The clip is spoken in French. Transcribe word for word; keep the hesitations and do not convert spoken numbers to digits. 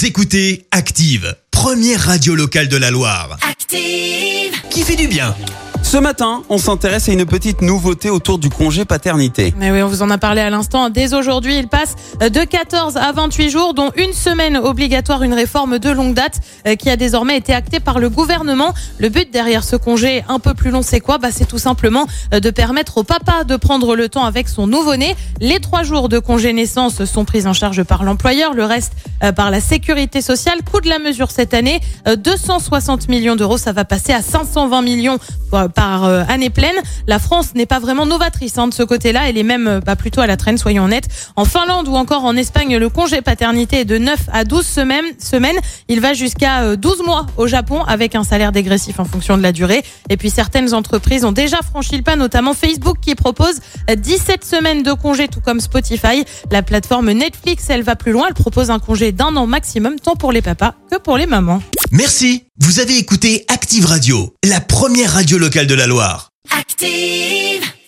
Vous écoutez Active, première radio locale de la Loire. Active, Qui fait du bien. Ce matin, on s'intéresse à une petite nouveauté autour du congé paternité. Mais oui, on vous en a parlé à l'instant. Dès aujourd'hui, il passe de quatorze à vingt-huit jours, dont une semaine obligatoire, une réforme de longue date qui a désormais été actée par le gouvernement. Le but derrière ce congé un peu plus long, c'est quoi ? Bah, c'est tout simplement de permettre au papa de prendre le temps avec son nouveau-né. Les trois jours de congé naissance sont pris en charge par l'employeur, le reste par la sécurité sociale. Coût de la mesure cette année, deux cent soixante millions d'euros. Ça va passer à cinq cent vingt millions par année pleine. La France n'est pas vraiment novatrice hein, de ce côté-là. Elle est même bah, plutôt à la traîne, soyons honnêtes. En Finlande ou encore en Espagne, le congé paternité est de neuf à douze semaines. semaines. Il va jusqu'à douze mois au Japon avec un salaire dégressif en fonction de la durée. Et puis certaines entreprises ont déjà franchi le pas, notamment Facebook qui propose dix-sept semaines de congé, tout comme Spotify. La plateforme Netflix, elle va plus loin. Elle propose un congé d'un an maximum, tant pour les papas que pour les mamans. Merci. Vous avez écouté Active Radio, la première radio locale de la Loire. active.